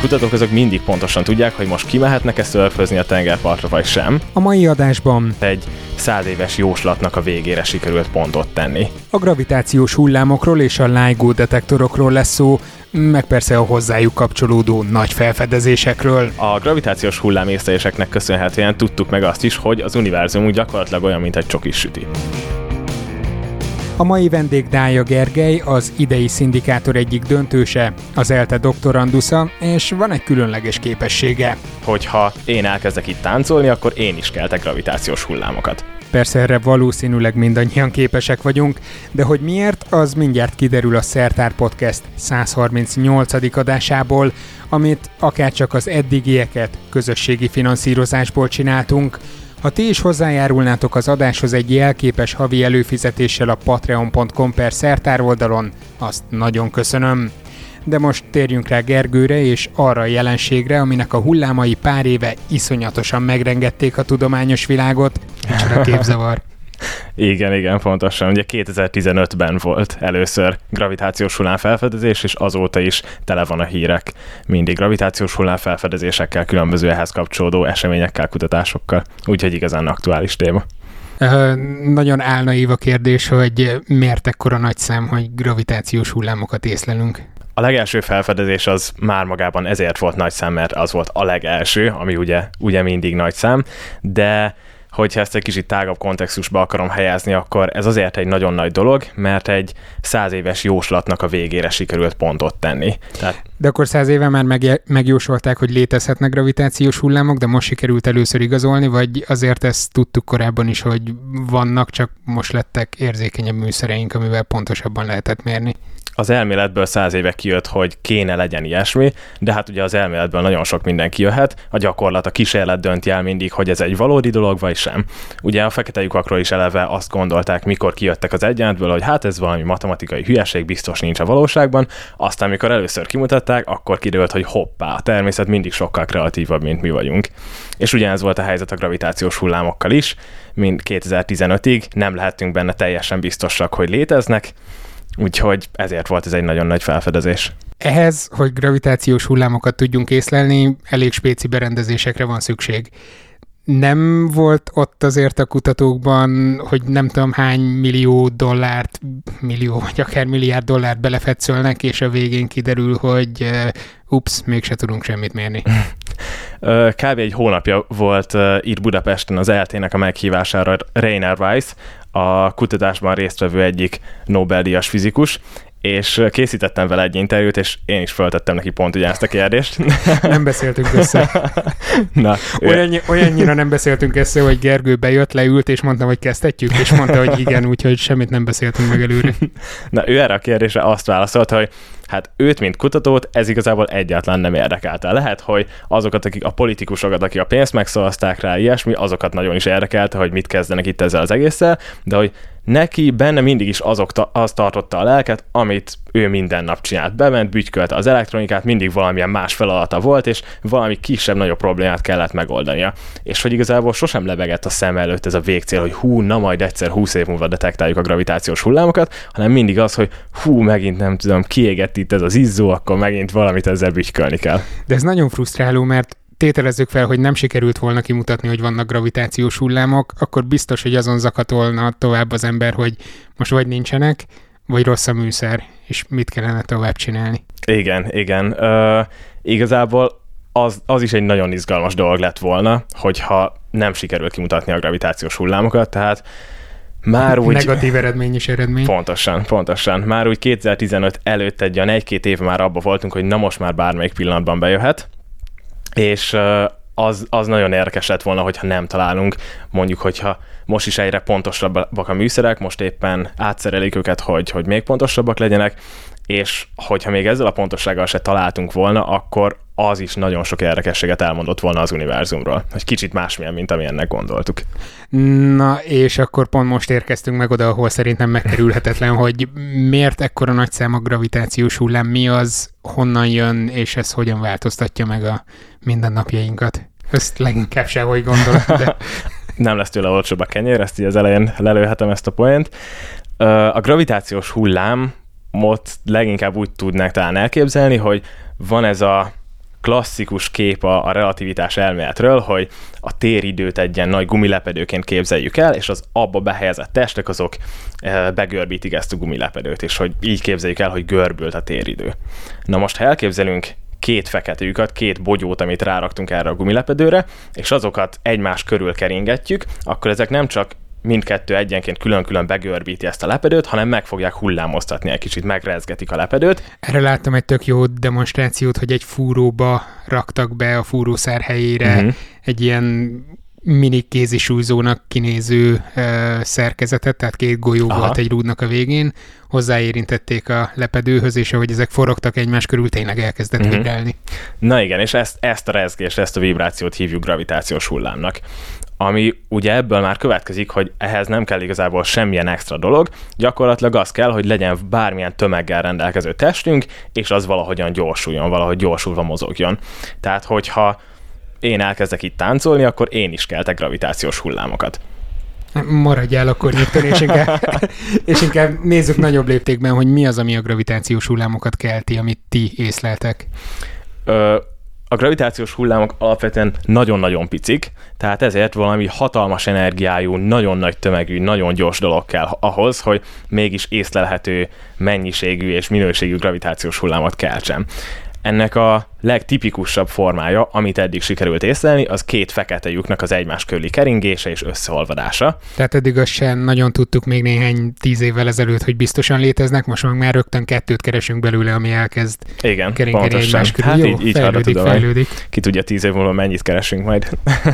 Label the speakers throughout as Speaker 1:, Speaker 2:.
Speaker 1: kutatók azok mindig pontosan tudják, hogy most kimehetnek-e szörfözni a tengerpartra vagy sem.
Speaker 2: A mai adásban
Speaker 1: egy 100 éves jóslatnak a végére sikerült pontot tenni.
Speaker 2: A gravitációs hullámokról és a LIGO detektorokról lesz szó, meg persze a hozzájuk kapcsolódó nagy felfedezésekről.
Speaker 1: A gravitációs hullámészleléseknek köszönhetően tudtuk meg azt is, hogy az univerzum gyakorlatilag olyan, mint egy csokis süti.
Speaker 2: A mai vendég Dája Gergely, az idei szindikátor egyik döntőse, az ELTE doktorandusza, és van egy különleges képessége.
Speaker 1: Hogyha én elkezdek itt táncolni, akkor én is keltek gravitációs hullámokat.
Speaker 2: Persze erre valószínűleg mindannyian képesek vagyunk, de hogy miért, az mindjárt kiderül a Szertár Podcast 138. adásából, amit akárcsak az eddigieket közösségi finanszírozásból csináltunk. Ha ti is hozzájárulnátok az adáshoz egy jelképes havi előfizetéssel a patreon.com/szertár oldalon, azt nagyon köszönöm. De most térjünk rá Gergőre és arra a jelenségre, aminek a hullámai pár éve iszonyatosan megrengették a tudományos világot. Micsoda képzavar.
Speaker 1: Igen, pontosan. Ugye 2015-ben volt először gravitációs hullámfelfedezés, és azóta is tele van a hírek mindig gravitációs hullámfelfedezésekkel, különböző ehhez kapcsolódó eseményekkel, kutatásokkal. Úgyhogy igazán aktuális téma.
Speaker 2: Nagyon álnaív a kérdés, hogy miért ekkora nagy szám, hogy gravitációs hullámokat észlelünk?
Speaker 1: A legelső felfedezés az már magában ezért volt nagy szám, mert az volt a legelső, ami ugye mindig nagy szám, de hogyha ezt egy kicsit tágabb kontextusba akarom helyezni, akkor ez azért egy nagyon nagy dolog, mert egy 100 éves jóslatnak a végére sikerült pontot tenni.
Speaker 2: De akkor 100 éve már megjósolták, hogy létezhetnek gravitációs hullámok, de most sikerült először igazolni, vagy azért ezt tudtuk korábban is, hogy vannak, csak most lettek érzékenyebb műszereink, amivel pontosabban lehetett mérni?
Speaker 1: Az elméletből 100 éve kijött, hogy kéne legyen ilyesmi, de hát ugye az elméletből nagyon sok minden kijöhet, a gyakorlat, a kísérlet dönti el mindig, hogy ez egy valódi dolog, vagy sem. Ugye a fekete lyukakról is eleve azt gondolták, mikor kijöttek az egyenletből, hogy hát ez valami matematikai hülyeség, biztos nincs a valóságban, aztán amikor először kimutatták, akkor kiderült, hogy hoppá, a természet mindig sokkal kreatívabb, mint mi vagyunk. És ugyanez volt a helyzet a gravitációs hullámokkal is, mint 2015-ig nem lehettünk benne teljesen biztosak, hogy léteznek, úgyhogy ezért volt ez egy nagyon nagy felfedezés.
Speaker 2: Ehhez, hogy gravitációs hullámokat tudjunk észlelni, elég spéci berendezésekre van szükség. Nem volt ott azért a kutatókban, hogy nem tudom hány millió vagy akár milliárd dollárt belefetszölnek, és a végén kiderül, hogy mégse tudunk semmit mérni.
Speaker 1: Kb. Egy hónapja volt itt Budapesten az ELTE-nek a meghívására Rainer Weiss, a kutatásban résztvevő egyik Nobel-díjas fizikus, és készítettem vele egy interjút, és én is föltettem neki pont ugyanezt a kérdést.
Speaker 2: Nem beszéltünk össze.
Speaker 1: Na,
Speaker 2: olyannyira nem beszéltünk össze, hogy Gergő bejött, leült, és mondtam, hogy kezdhetjük, és mondta, hogy igen, úgyhogy semmit nem beszéltünk meg előre.
Speaker 1: Na, ő erre a kérdésre azt válaszolta, hogy hát őt, mint kutatót, ez igazából egyáltalán nem érdekelte. Lehet, hogy azokat, akik a politikusokat, akik a pénzt megszavazták rá, ilyesmi, azokat nagyon is érdekelte, hogy mit kezdenek itt ezzel az egésszel, de hogy neki benne mindig is az tartotta a lelket, amit ő minden nap csinált. Bement, bütykölte az elektronikát, mindig valamilyen más feladata volt, és valami kisebb-nagyobb problémát kellett megoldania. És hogy igazából sosem lebegett a szem előtt ez a végcél, hogy na majd egyszer 20 év múlva detektáljuk a gravitációs hullámokat, hanem mindig az, hogy megint nem tudom, kiégett itt ez az izzó, akkor megint valamit ezzel bütykölni kell.
Speaker 2: De ez nagyon frusztráló, mert tételezzük fel, hogy nem sikerült volna kimutatni, hogy vannak gravitációs hullámok, akkor biztos, hogy azon zakatolna tovább az ember, hogy most vagy nincsenek, vagy rossz a műszer, és mit kellene tovább csinálni.
Speaker 1: Igen. Igazából az is egy nagyon izgalmas dolog lett volna, hogyha nem sikerült kimutatni a gravitációs hullámokat, tehát már úgy...
Speaker 2: Negatív eredmény is eredmény.
Speaker 1: Pontosan. Már úgy 2015 előtt egy 1-2 éve már abba voltunk, hogy na most már bármelyik pillanatban bejöhet, és az nagyon érdekes lett volna, hogyha nem találunk, mondjuk, hogyha most is egyre pontosabbak a műszerek, most éppen átszerelik őket, hogy még pontosabbak legyenek, és hogyha még ezzel a pontossággal se találtunk volna, akkor az is nagyon sok érdekességet elmondott volna az univerzumról. Egy kicsit másmilyen, mint ami ennek gondoltuk.
Speaker 2: Na, és akkor pont most érkeztünk meg oda, ahol szerintem megkerülhetetlen, hogy miért ekkora nagy szám a gravitációs hullám, mi az, honnan jön, és ez hogyan változtatja meg a mindennapjainkat. Ezt leginkább sehogy gondolom, de...
Speaker 1: Nem lesz tőle olcsóbb a kenyér, ezt így az elején lelőhetem ezt a poént. A gravitációs hullámot leginkább úgy tudnánk talán elképzelni, hogy van ez a klasszikus kép a relativitás elméletről, hogy a téridőt egy ilyen nagy gumilepedőként képzeljük el, és az abba behelyezett testek azok begörbítik ezt a gumilepedőt, és hogy így képzeljük el, hogy görbült a téridő. Na most, ha elképzelünk két fekete lyukat, két bogyót, amit ráraktunk erre a gumilepedőre, és azokat egymás körül keringetjük, akkor ezek nem csak mindkettő egyenként külön-külön begörbíti ezt a lepedőt, hanem meg fogják hullámoztatni, egy kicsit megrezgetik a lepedőt.
Speaker 2: Erre láttam egy tök jó demonstrációt, hogy egy fúróba raktak be a fúrószár helyére egy ilyen mini kézisúlyzónak kinéző szerkezetet, tehát két golyó volt egy rúdnak a végén, hozzáérintették a lepedőhöz, és ahogy ezek forogtak egymás körül, tényleg elkezdett vibrálni.
Speaker 1: Na igen, és ezt a rezgést, ezt a vibrációt hívjuk gravitációs hullámnak. Ami ugye ebből már következik, hogy ehhez nem kell igazából semmilyen extra dolog, gyakorlatilag az kell, hogy legyen bármilyen tömeggel rendelkező testünk, és az valahogyan gyorsuljon, valahogy gyorsulva mozogjon. Tehát, hogyha én elkezdek itt táncolni, akkor én is keltek gravitációs hullámokat.
Speaker 2: Maradjál akkor nyugton, és inkább nézzük nagyobb léptékben, hogy mi az, ami a gravitációs hullámokat kelti, amit ti észleltek.
Speaker 1: A gravitációs hullámok alapvetően nagyon-nagyon picik, tehát ezért valami hatalmas energiájú, nagyon nagy tömegű, nagyon gyors dolog kell ahhoz, hogy mégis észlelhető mennyiségű és minőségű gravitációs hullámot keltsen. Ennek a legtipikusabb formája, amit eddig sikerült észlelni, az két fekete lyuknak az egymás körüli keringése és összeolvadása.
Speaker 2: Tehát eddig azt sem nagyon tudtuk még néhány 10 évvel ezelőtt, hogy biztosan léteznek, most már rögtön kettőt keresünk belőle, ami elkezd keringeni egymás körül.
Speaker 1: Hát
Speaker 2: jó,
Speaker 1: így
Speaker 2: fejlődik.
Speaker 1: Ki tudja 10 év múlva mennyit keresünk majd.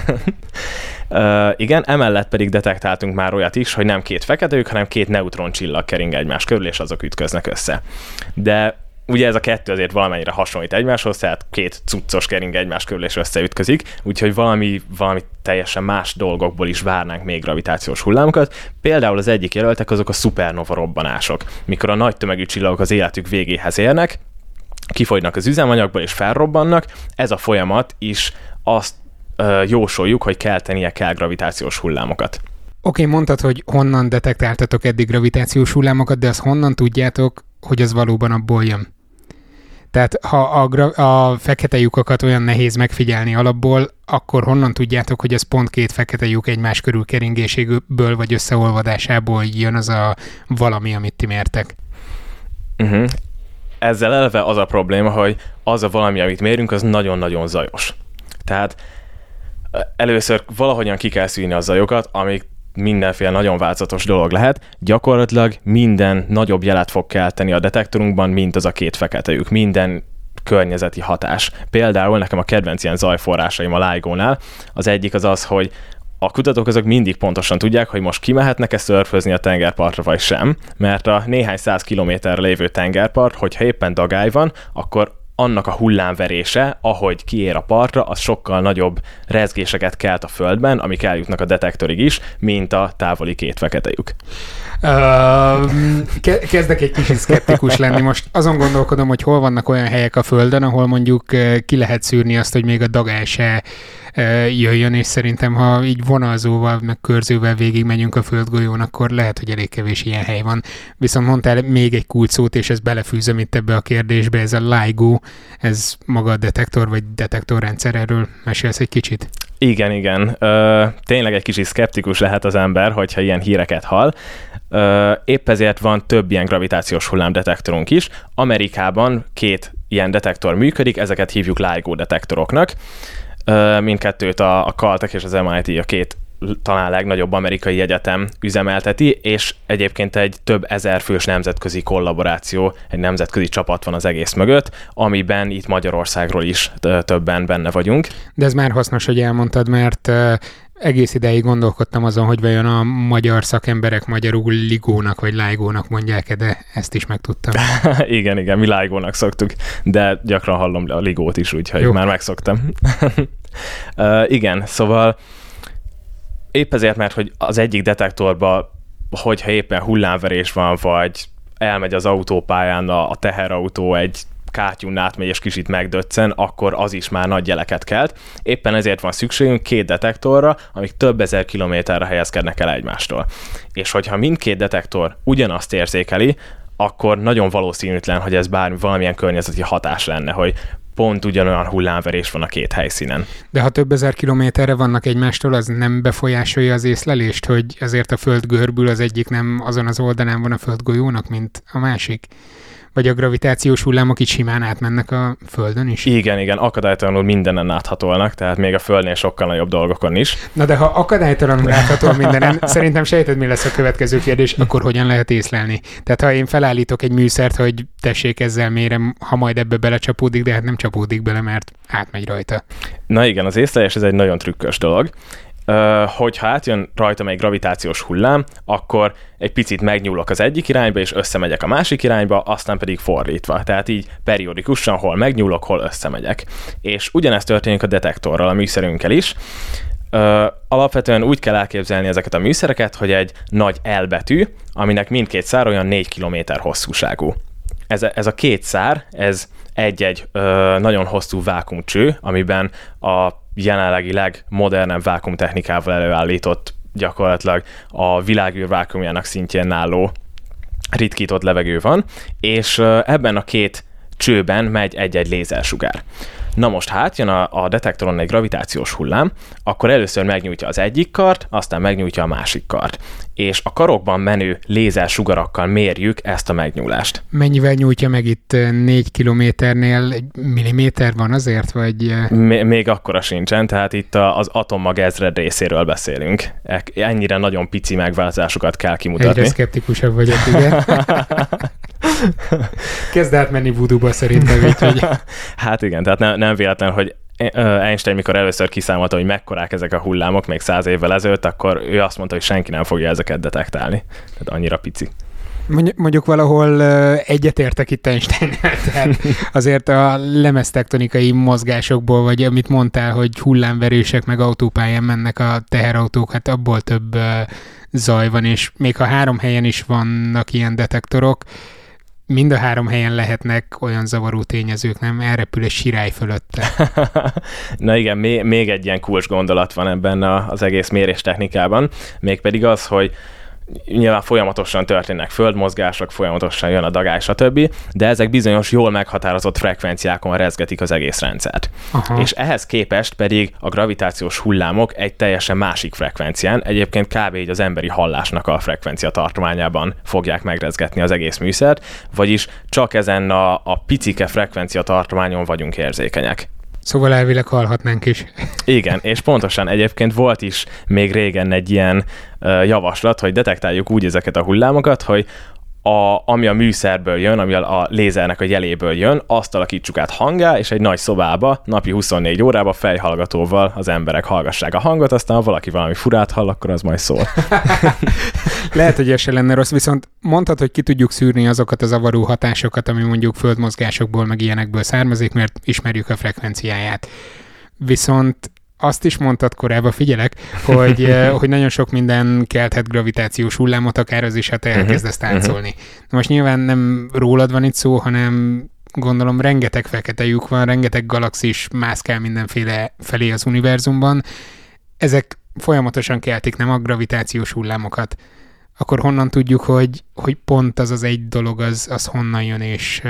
Speaker 1: Igen, emellett pedig detektáltunk már olyat is, hogy nem két fekete lyuk, hanem két neutroncsillag kering egymás körül, és azok ütköznek össze. De ugye ez a kettő azért valamennyire hasonlít egymáshoz, tehát két cuccos kering egymás körül és összeütközik, úgyhogy valami teljesen más dolgokból is várnánk még gravitációs hullámokat. Például az egyik jelöltek azok a szupernova robbanások, mikor a nagy tömegű csillagok az életük végéhez érnek, kifogynak az üzemanyagból és felrobbannak. Ez a folyamat is azt jósoljuk, hogy keltenie kell gravitációs hullámokat.
Speaker 2: Oké, mondtad, hogy honnan detektáltatok eddig gravitációs hullámokat, de azt honnan tudjátok, hogy az valóban abból jön? Tehát ha a fekete lyukakat olyan nehéz megfigyelni alapból, akkor honnan tudjátok, hogy ez pont két fekete lyuk egymás körül keringéséből vagy összeolvadásából jön az a valami, amit ti mértek?
Speaker 1: Ezzel eleve az a probléma, hogy az a valami, amit mérünk, az nagyon-nagyon zajos. Tehát először valahogyan ki kell szűrni a zajokat, amik mindenféle nagyon változatos dolog lehet. Gyakorlatilag minden nagyobb jelet fog kelteni a detektorunkban, mint az a két fekete lyuk. Minden környezeti hatás. Például nekem a kedvenc ilyen zajforrásaim a LIGO-nál. Az egyik az, hogy a kutatók azok mindig pontosan tudják, hogy most kimehetnek-e szörfözni a tengerpartra vagy sem, mert a néhány 100 kilométerre lévő tengerpart, hogyha éppen dagály van, akkor annak a hullámverése, ahogy kiér a partra, az sokkal nagyobb rezgéseket kelt a földben, amik eljutnak a detektorig is, mint a távoli két fekete lyuk.
Speaker 2: Kezdek egy kicsit szkeptikus lenni. Most azon gondolkodom, hogy hol vannak olyan helyek a földön, ahol mondjuk ki lehet szűrni azt, hogy még a dagály se jöjjön, és szerintem, ha így vonalzóval, meg körzővel végigmegyünk a földgolyón, akkor lehet, hogy elég kevés ilyen hely van. Viszont mondtál még egy kulcsszót, és ezt belefűzöm itt ebbe a kérdésbe, ez a LIGO, ez maga a detektor, vagy detektorrendszer, erről mesélsz egy kicsit?
Speaker 1: Igen. Tényleg egy kicsit szkeptikus lehet az ember, hogyha ilyen híreket hall. Épp ezért van több ilyen gravitációs hullámdetektorunk is. Amerikában 2 ilyen detektor működik, ezeket hívjuk LIGO detektoroknak. Mindkettőt a Caltech és az MIT, a 2 talán legnagyobb amerikai egyetem üzemelteti, és egyébként egy több ezer fős nemzetközi kollaboráció, egy nemzetközi csapat van az egész mögött, amiben itt Magyarországról is többen benne vagyunk.
Speaker 2: De ez már hasznos, hogy elmondtad, mert egész ideig gondolkodtam azon, hogy vajon a magyar szakemberek magyarul LIGO-nak vagy LIGO-nak mondják-e, de ezt is megtudtam.
Speaker 1: igen, mi LIGO-nak szoktuk, de gyakran hallom a LIGO-t is, úgyhogy már megszoktam. Igen, szóval épp ezért, mert hogy az egyik detektorban, hogyha éppen hullámverés van, vagy elmegy az autópályán a teherautó, egy kátyún átmegy és kicsit megdöccen, akkor az is már nagy jeleket kelt. Éppen ezért van szükségünk 2 detektorra, amik több ezer kilométerre helyezkednek el egymástól. És hogyha mindkét detektor ugyanazt érzékeli, akkor nagyon valószínűtlen, hogy ez valamilyen környezeti hatás lenne, hogy pont ugyanolyan hullámverés van a két helyszínen.
Speaker 2: De ha több ezer kilométerre vannak egymástól, az nem befolyásolja az észlelést, hogy azért a Föld görbül, az egyik nem azon az oldalán van a földgolyónak, mint a másik? Vagy a gravitációs hullámok itt simán átmennek a Földön is?
Speaker 1: Igen, akadálytalanul mindenen áthatolnak, tehát még a Földnél sokkal nagyobb dolgokon is.
Speaker 2: Na de ha akadálytalanul áthatol mindenen, szerintem sejted, mi lesz a következő kérdés, akkor hogyan lehet észlelni? Tehát ha én felállítok egy műszert, hogy tessék ezzel mérem, ha majd ebbe belecsapódik, de hát nem csapódik bele, mert átmegy rajta.
Speaker 1: Na igen, az észlelés ez egy nagyon trükkös dolog. Hogyha átjön rajtam egy gravitációs hullám, akkor egy picit megnyúlok az egyik irányba, és összemegyek a másik irányba, aztán pedig fordítva. Tehát így periódikusan hol megnyúlok, hol összemegyek. És ugyanezt történik a detektorral, a műszerünkkel is. Alapvetően úgy kell elképzelni ezeket a műszereket, hogy egy nagy L betű, aminek mindkét szár olyan 4 km hosszúságú. Ez a két szár, ez egy-egy nagyon hosszú vákuumcső, amiben a jelenlegi legmodernebb vákuumtechnikával előállított, gyakorlatilag a világűr vákuumjának szintjén álló ritkított levegő van, és ebben a két csőben megy egy-egy lézersugár. Na most, ha átjön a detektoron egy gravitációs hullám, akkor először megnyújtja az egyik kart, aztán megnyújtja a másik kart. És a karokban menő lézersugarakkal mérjük ezt a megnyúlást.
Speaker 2: Mennyivel nyújtja meg itt 4 kilométernél? Egy milliméter van azért, vagy...
Speaker 1: Még akkora sincsen, tehát itt az atommag ezred részéről beszélünk. Ennyire nagyon pici megváltozásokat kell kimutatni.
Speaker 2: Egyre szkeptikusabb vagyok, igen. Kezd átmenni voodoo-ba szerintem, úgyhogy...
Speaker 1: Hát igen, tehát nem véletlen, hogy Einstein, mikor először kiszámolta, hogy mekkorák ezek a hullámok még 100 évvel ezelőtt, akkor ő azt mondta, hogy senki nem fogja ezeket detektálni. Tehát annyira pici.
Speaker 2: Mondjuk valahol egyetértek itt Einsteinnel, tehát azért a lemeztektonikai mozgásokból, vagy amit mondtál, hogy hullámverések meg autópályán mennek a teherautók, hát abból több zaj van, és még ha 3 helyen is vannak ilyen detektorok, mind a 3 helyen lehetnek olyan zavaró tényezők, nem? Elrepül egy sirály fölötte.
Speaker 1: Na igen, még egy ilyen kulcs gondolat van ebben az egész méréstechnikában, mégpedig az, hogy nyilván folyamatosan történnek földmozgások, folyamatosan jön a dagály, stb., de ezek bizonyos jól meghatározott frekvenciákon rezgetik az egész rendszert. Aha. És ehhez képest pedig a gravitációs hullámok egy teljesen másik frekvencián, egyébként kb. Így az emberi hallásnak a frekvencia tartományában fogják megrezgetni az egész műszert, vagyis csak ezen a picike frekvencia tartományon vagyunk érzékenyek.
Speaker 2: Szóval elvileg hallhatnánk is.
Speaker 1: Igen, és pontosan egyébként volt is még régen egy ilyen javaslat, hogy detektáljuk úgy ezeket a hullámokat, hogy ami a műszerből jön, ami a lézernek a jeléből jön, azt alakítsuk át hanggá, és egy nagy szobába, napi 24 órába fejhallgatóval az emberek hallgassák a hangot, aztán ha valaki valami furát hall, akkor az majd szól.
Speaker 2: Lehet, hogy ez se lenne rossz, viszont mondtad, hogy ki tudjuk szűrni azokat a zavaró hatásokat, ami mondjuk földmozgásokból, meg ilyenekből származik, mert ismerjük a frekvenciáját. Viszont azt is mondtad korábban, figyelek, hogy nagyon sok minden kelthet gravitációs hullámot, akár az is, ha te elkezdesz táncolni. Na most nyilván nem rólad van itt szó, hanem gondolom rengeteg fekete lyuk van, rengeteg galaxis mászkál mindenféle felé az univerzumban. Ezek folyamatosan keltik, nem a gravitációs hullámokat. Akkor honnan tudjuk, hogy pont az egy dolog, az honnan jön, és...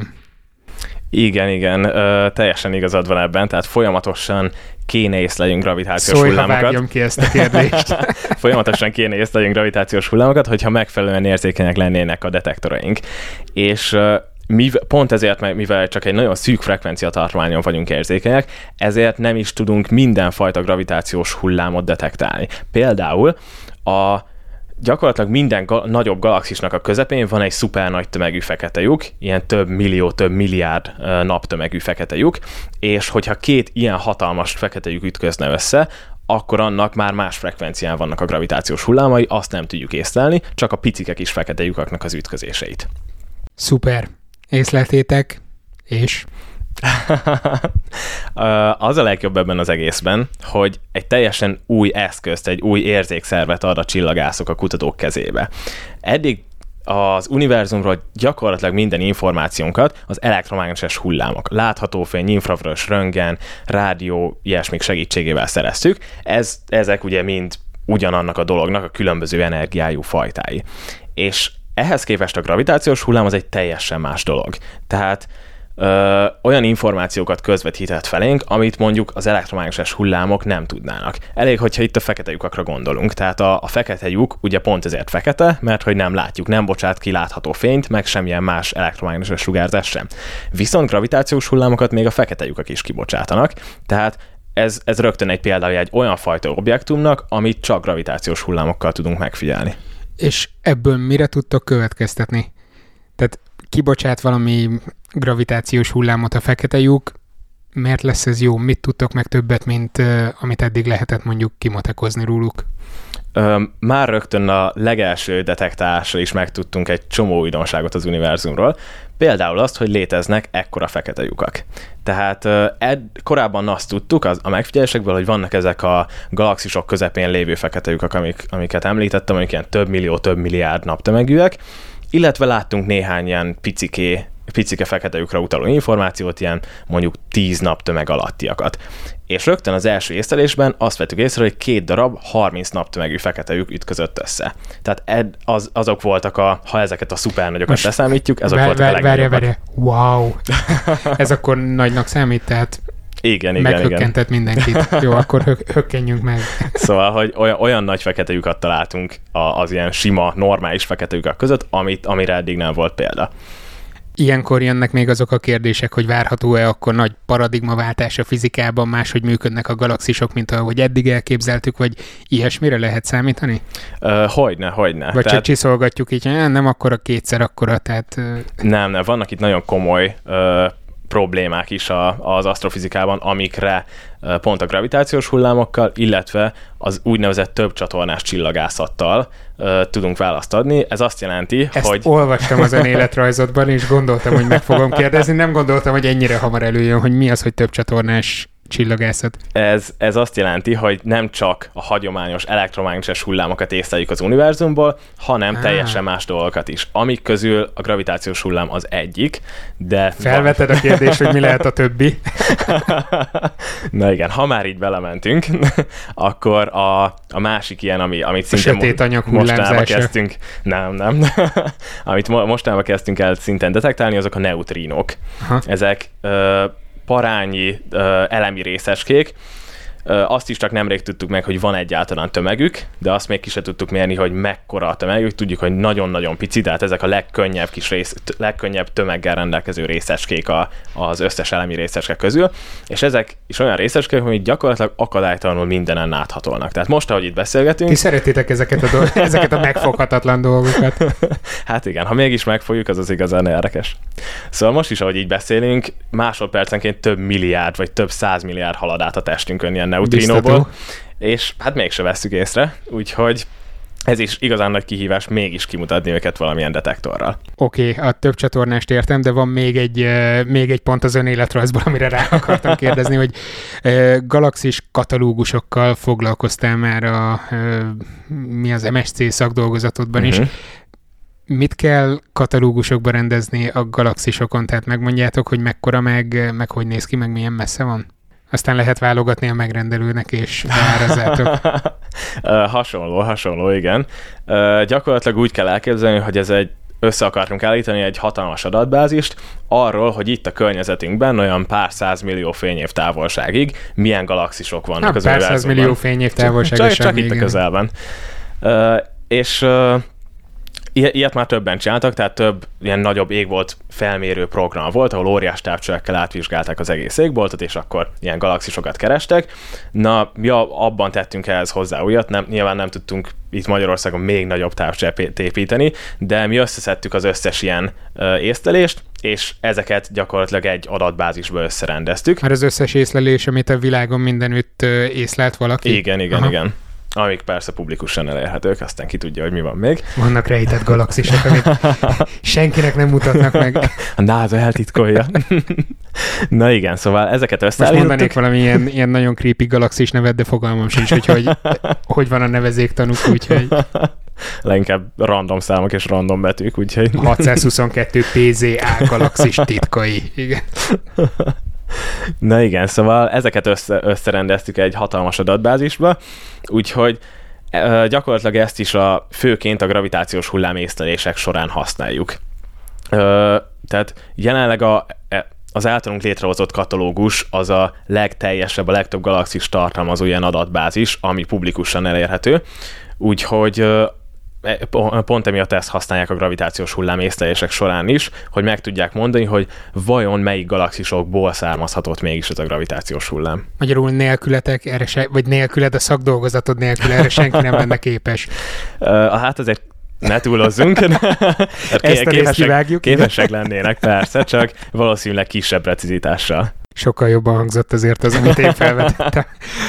Speaker 1: Igen, teljesen igazad van ebben, tehát folyamatosan kéne észleljünk gravitációs hullámokat.
Speaker 2: Szólj, ha vágjam ki ezt a kérdést.
Speaker 1: Folyamatosan kéne észleljünk gravitációs hullámokat, hogyha megfelelően érzékenyek lennének a detektoraink. És pont ezért, mivel csak egy nagyon szűk frekvenciatartományon vagyunk érzékenyek, ezért nem is tudunk mindenfajta gravitációs hullámot detektálni. Például gyakorlatilag minden nagyobb galaxisnak a közepén van egy szuper nagy tömegű fekete lyuk, ilyen több millió, több milliárd naptömegű fekete lyuk, és hogyha 2 ilyen hatalmas fekete lyuk ütközne össze, akkor annak már más frekvencián vannak a gravitációs hullámai, azt nem tudjuk észlelni, csak a picike kis fekete lyukaknak az ütközéseit.
Speaker 2: Szuper. Észleltétek, és...
Speaker 1: Az a legjobb ebben az egészben, hogy egy teljesen új eszközt, egy új érzékszervet ad a csillagászok, a kutatók kezébe. Eddig az univerzumról gyakorlatilag minden információnkat az elektromágneses hullámok, látható fény, infravörös röntgen, rádió, ilyesmik segítségével szereztük. Ezek ugye mind ugyanannak a dolognak a különböző energiájú fajtái. És ehhez képest a gravitációs hullám az egy teljesen más dolog. Tehát olyan információkat közvetített felénk, amit mondjuk az elektromágneses hullámok nem tudnának. Elég, hogyha itt a fekete lyukakra gondolunk. Tehát a fekete lyuk ugye pont ezért fekete, mert hogy nem látjuk, nem bocsát ki látható fényt, meg semmilyen más elektromágneses sugárzás sem. Viszont gravitációs hullámokat még a fekete lyukak is kibocsátanak, tehát ez rögtön egy példája egy olyan fajta objektumnak, amit csak gravitációs hullámokkal tudunk megfigyelni.
Speaker 2: És ebből mire tudtok következtetni? Tehát kibocsát valami gravitációs hullámot a fekete lyuk, miért lesz ez jó? Mit tudtok meg többet, mint amit eddig lehetett mondjuk kimotekozni róluk?
Speaker 1: Már rögtön a legelső detektálásra is megtudtunk egy csomó újdonságot az univerzumról. Például azt, hogy léteznek ekkora fekete lyukak. Tehát korábban azt tudtuk a megfigyelésekből, hogy vannak ezek a galaxisok közepén lévő fekete lyukak, amiket említettem, amik ilyen több millió, több milliárd naptömegűek, illetve láttunk néhány ilyen picike fekete lyukra utaló információt, ilyen mondjuk 10 naptömeg alattiakat. És rögtön az első észlelésben azt vettük észre, hogy 2 darab 30 naptömegű fekete lyuk ütközött össze. Tehát azok voltak, ha ezeket a szupernagyokat leszámítjuk, azok voltak a legnagyobbak.
Speaker 2: Várja. Wow! Ez akkor nagynak számít, tehát
Speaker 1: igen.
Speaker 2: meghökkentett mindenkit. Jó, akkor hökkenjünk meg.
Speaker 1: Szóval, hogy olyan nagy fekete lyukat találtunk az ilyen sima, normális fekete lyukak között, amire eddig nem volt példa.
Speaker 2: Ilyenkor jönnek még azok a kérdések, hogy várható-e akkor nagy paradigmaváltás a fizikában, máshogy működnek a galaxisok, mint ahogy eddig elképzeltük, vagy ilyesmire lehet számítani?
Speaker 1: Hogyne.
Speaker 2: Vagy csak csiszolgatjuk így, nem akkora, kétszer akkora, tehát...
Speaker 1: Nem, vannak itt nagyon komoly problémák is az asztrofizikában, amikre pont a gravitációs hullámokkal, illetve az úgynevezett többcsatornás csillagászattal tudunk választ adni. Ez azt jelenti,
Speaker 2: ezt
Speaker 1: hogy...
Speaker 2: olvastam az önéletrajzodban, és gondoltam, hogy meg fogom kérdezni. Nem gondoltam, hogy ennyire hamar előjön, hogy mi az, hogy többcsatornás csillagászat.
Speaker 1: Ez azt jelenti, hogy nem csak a hagyományos elektromágneses hullámokat észleljük az univerzumból, hanem teljesen más dolgokat is. Amik közül a gravitációs hullám az egyik, de...
Speaker 2: Felveted a kérdést, hogy mi lehet a többi?
Speaker 1: Na igen, ha már így belementünk, akkor a másik ilyen, amit
Speaker 2: szintén
Speaker 1: mostanában kezdtünk, nem, amit mostanában kezdtünk el szinten detektálni, azok a neutrinók. Aha. Ezek parányi elemi részecskék. Azt is csak nemrég tudtuk meg, hogy van egyáltalán tömegük, de azt még ki se tudtuk mérni, hogy mekkora a tömegük. Tudjuk, hogy nagyon-nagyon pici, tehát ezek a legkönnyebb tömeggel rendelkező részecskék az összes elemi részecskek közül, és ezek is olyan részecskék, amik gyakorlatilag akadálytalanul mindenen láthatolnak. Tehát most, ahogy itt beszélgetünk...
Speaker 2: Ti szeretitek ezeket a megfoghatatlan dolgokat.
Speaker 1: Hát igen, ha mégis megfogjuk, az igazán érdekes. Szóval most is, ahogy így beszélünk, másodpercenként több milliárd vagy több 100 milliárd halad át a testünkön ilyen neutrinóból, és hát mégse vesszük észre, úgyhogy ez is igazán nagy kihívás mégis kimutatni őket valamilyen detektorral.
Speaker 2: Oké, a több csatornást értem, de van még egy pont az önéletrajzból, amire rá akartam kérdezni, hogy galaxis katalógusokkal foglalkoztál már mi az MSC szakdolgozatodban is. Mit kell katalógusokba rendezni a galaxisokon? Tehát megmondjátok, hogy mekkora meg hogy néz ki, meg milyen messze van? Aztán lehet válogatni a megrendelőnek, és beárazzátok.
Speaker 1: Hasonló, igen. Gyakorlatilag úgy kell elképzelni, hogy össze akartunk állítani egy hatalmas adatbázist arról, hogy itt a környezetünkben olyan pár 100 millió fényév távolságig milyen galaxisok vannak az univerzumban.
Speaker 2: Pár 100 millió fényév távolság
Speaker 1: csak itt a közelben. És ilyet már többen csináltak, tehát több ilyen nagyobb égbolt felmérő program volt, ahol óriás távcsövekkel átvizsgálták az egész égboltot, és akkor ilyen galaxisokat kerestek. Na, mi abban tettünk ehhez hozzá újat, nyilván nem tudtunk itt Magyarországon még nagyobb távcsövet építeni, de mi összeszedtük az összes ilyen észlelést, és ezeket gyakorlatilag egy adatbázisba összerendeztük.
Speaker 2: Mert az összes észlelés, amit a világon mindenütt észlelt valaki?
Speaker 1: Igen. Amik persze publikusan elérhetők, aztán ki tudja, hogy mi van még.
Speaker 2: Vannak rejtett galaxisok, amit senkinek nem mutatnak meg.
Speaker 1: A NASA eltitkolja. Na igen, szóval ezeket összeállítottuk.
Speaker 2: Most mondanék valami ilyen nagyon creepy galaxis nevet, de fogalmam sincs, hogy van a nevezéktanuk, úgyhogy...
Speaker 1: Leginkább random számok és random betűk, úgyhogy...
Speaker 2: 622 PZA galaxis titkai. Igen.
Speaker 1: Na igen, szóval ezeket összerendeztük egy hatalmas adatbázisba, úgyhogy gyakorlatilag ezt is főként a gravitációs hullám észlelések során használjuk. Tehát jelenleg az általunk létrehozott katalógus az a legteljesebb, a legtöbb galaxis tartalmazó ilyen adatbázis, ami publikusan elérhető. Úgyhogy pont emiatt ezt használják a gravitációs hullám észlelések során is, hogy meg tudják mondani, hogy vajon melyik galaxisokból származhatott mégis ez a gravitációs hullám.
Speaker 2: Magyarul nélkületek, vagy nélküled, a szakdolgozatod nélkül erre senki nem lenne képes.
Speaker 1: Hát azért ne túlozzunk. Képesek lennének, persze, csak valószínűleg kisebb precizitással.
Speaker 2: Sokkal jobban hangzott azért az, amit én felvetettem.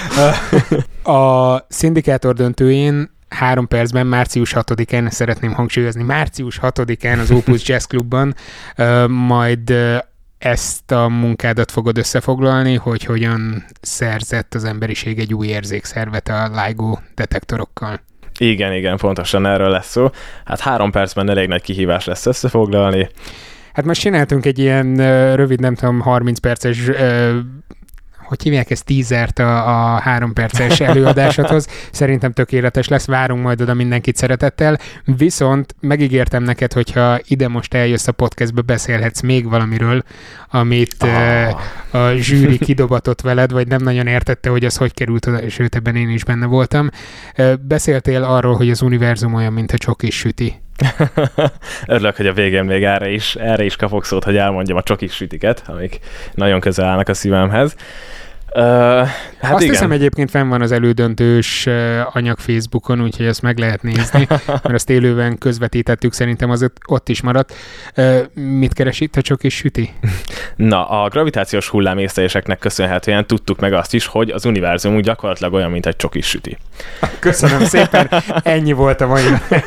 Speaker 2: A szindikátor döntőjén 3 percben, március 6-án, szeretném hangsúlyozni, március 6-án az Opus Jazz Clubban majd ezt a munkádat fogod összefoglalni, hogy hogyan szerzett az emberiség egy új érzékszervet a LIGO detektorokkal.
Speaker 1: Igen, pontosan erről lesz szó. Hát 3 percben elég nagy kihívás lesz összefoglalni.
Speaker 2: Hát most csináltunk egy ilyen rövid, nem tudom, 30 perces hogy hívják ezt, teasert a 3 perces előadásodhoz. Szerintem tökéletes lesz, várunk majd oda mindenkit szeretettel. Viszont megígértem neked, hogyha ide most eljössz a podcastbe, beszélhetsz még valamiről, amit a zsűri kidobatott veled, vagy nem nagyon értette, hogy az hogy került oda, sőt, ebben én is benne voltam. Beszéltél arról, hogy az univerzum olyan, mint a csokis süti.
Speaker 1: Örülök, hogy a végén még erre is kapok szót, hogy elmondjam a csokis sütiket, amik nagyon közel állnak a szívemhez.
Speaker 2: Hát azt hiszem egyébként fenn van az elődöntős anyag Facebookon, úgyhogy ezt meg lehet nézni, mert azt élőben közvetítettük, szerintem az ott is maradt. Mit keres itt a csokis süti?
Speaker 1: Na, a gravitációs hullám észleléseknek köszönhetően tudtuk meg azt is, hogy az univerzum úgy gyakorlatilag olyan, mint egy csokis süti.
Speaker 2: Köszönöm szépen, ennyi volt a mai.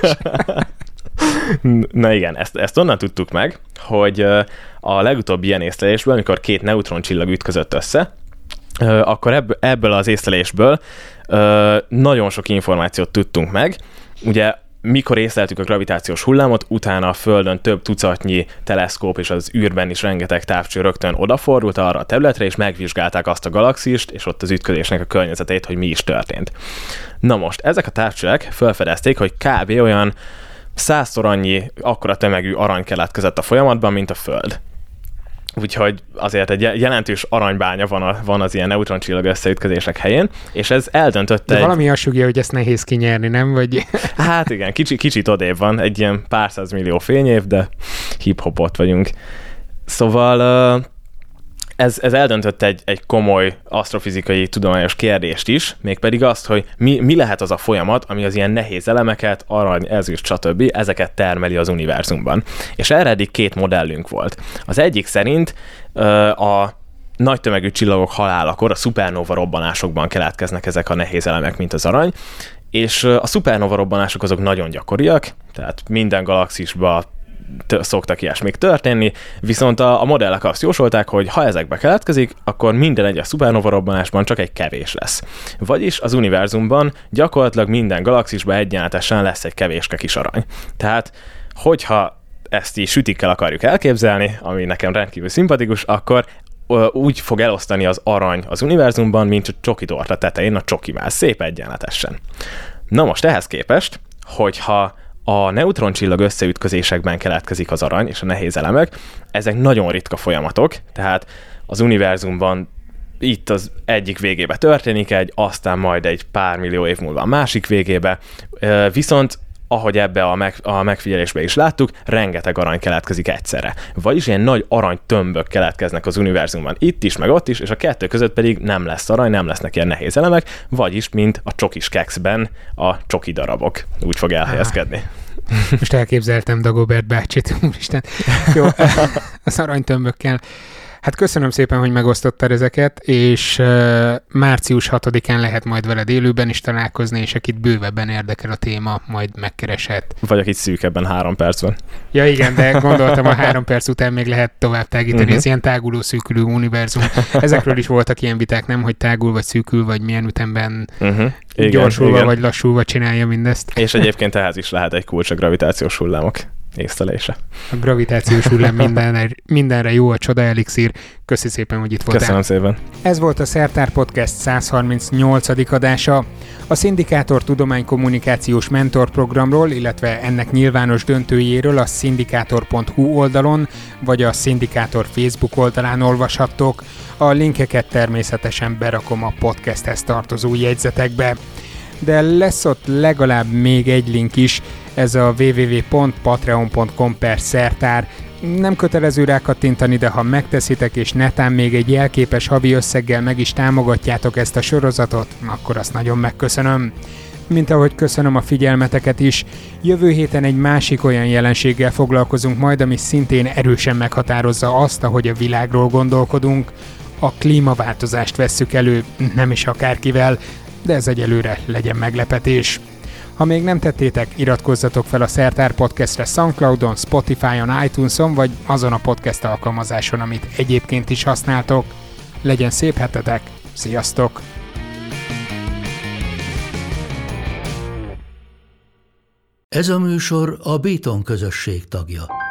Speaker 1: Na igen, ezt onnan tudtuk meg, hogy a legutóbbi ilyen észlelésből, amikor 2 neutroncsillag ütközött össze, akkor ebből az észlelésből nagyon sok információt tudtunk meg. Ugye mikor észleltük a gravitációs hullámot, utána a Földön több tucatnyi teleszkóp és az űrben is rengeteg távcső rögtön odafordult arra a területre, és megvizsgálták azt a galaxist, és ott az ütközésnek a környezetét, hogy mi is történt. Na most, ezek a távcsőek felfedezték, hogy kb. Olyan 100-szor annyi akkora tömegű arany keletkezett a folyamatban, mint a Föld. Úgyhogy azért egy jelentős aranybánya van az ilyen neutroncsillag összeütközések helyén, és ez eldöntötte...
Speaker 2: De valami azt sugja, hogy ezt nehéz kinyerni, nem? Vagy...
Speaker 1: Hát igen, kicsit odébb van, egy ilyen pár százmillió fényév, de hip-hopot vagyunk. Szóval ez eldöntött egy komoly asztrofizikai tudományos kérdést is, mégpedig azt, hogy mi lehet az a folyamat, ami az ilyen nehéz elemeket, arany, ezüst, stb. Ezeket termeli az univerzumban. És erre eddig 2 modellünk volt. Az egyik szerint a nagy tömegű csillagok halálakor, a szupernóva robbanásokban keletkeznek ezek a nehéz elemek, mint az arany, és a szupernóva robbanások azok nagyon gyakoriak, tehát minden galaxisban szoktak ilyesmik történni, viszont a modellek azt jósolták, hogy ha ezekbe keletkezik, akkor minden egyes szupernova robbanásban csak egy kevés lesz. Vagyis az univerzumban gyakorlatilag minden galaxisban egyenletesen lesz egy kevéske kis arany. Tehát, hogyha ezt így sütikkel akarjuk elképzelni, ami nekem rendkívül szimpatikus, akkor úgy fog elosztani az arany az univerzumban, mint a csokitorta tetején a csokimál, szép egyenletesen. Na most ehhez képest, hogyha a neutroncsillag összeütközésekben keletkezik az arany és a nehéz elemek, ezek nagyon ritka folyamatok, tehát az univerzumban itt az egyik végébe történik aztán majd egy pár millió év múlva a másik végébe, viszont ahogy ebbe a megfigyelésbe is láttuk, rengeteg arany keletkezik egyszerre. Vagyis ilyen nagy aranytömbök keletkeznek az univerzumban itt is, meg ott is, és a kettő között pedig nem lesz arany, nem lesznek ilyen nehéz elemek, vagyis mint a csokis kekszben a csoki darabok. Úgy fog elhelyezkedni.
Speaker 2: Most elképzeltem Dagobert bácsit, úristen. Jó, az aranytömbökkel. Hát köszönöm szépen, hogy megosztottad ezeket, és március 6-án lehet majd veled élőben is találkozni, és akit bővebben érdekel a téma, majd megkereshet.
Speaker 1: Vagy akit szűkebben 3 percben.
Speaker 2: Ja igen, de gondoltam, a 3 perc után még lehet tovább tágítani, ez ilyen táguló-szűkülő univerzum. Ezekről is voltak ilyen viták, nem, hogy tágul vagy szűkül, vagy milyen ütemben gyorsulva vagy lassulva csinálja mindezt.
Speaker 1: És egyébként ehhez is lehet egy kulcs a gravitációs hullámok. észlelése.
Speaker 2: A gravitációs hullám mindenre jó a csoda elixír. Köszi szépen, hogy itt voltál.
Speaker 1: Köszönöm szépen.
Speaker 2: Ez volt a Szertár Podcast 138. adása. A Szindikátor tudománykommunikációs mentorprogramról, illetve ennek nyilvános döntőjéről a szindikátor.hu oldalon, vagy a Szindikátor Facebook oldalán olvashattok. A linkeket természetesen berakom a podcasthez tartozó jegyzetekbe. De lesz ott legalább még egy link is, ez a www.patreon.com/szertár. Nem kötelező rákattintani, de ha megteszitek és netán még egy jelképes havi összeggel meg is támogatjátok ezt a sorozatot, akkor azt nagyon megköszönöm. Mint ahogy köszönöm a figyelmeteket is, jövő héten egy másik olyan jelenséggel foglalkozunk majd, ami szintén erősen meghatározza azt, ahogy a világról gondolkodunk. A klímaváltozást vesszük elő, nem is akárkivel, de ez egyelőre legyen meglepetés. Ha még nem tettétek, iratkozzatok fel a Szertár Podcastre SoundCloudon, Spotify-on, iTunes-on, vagy azon a podcast alkalmazáson, amit egyébként is használtok. Legyen szép hetetek, sziasztok!
Speaker 3: Ez a műsor a Béton közösség tagja.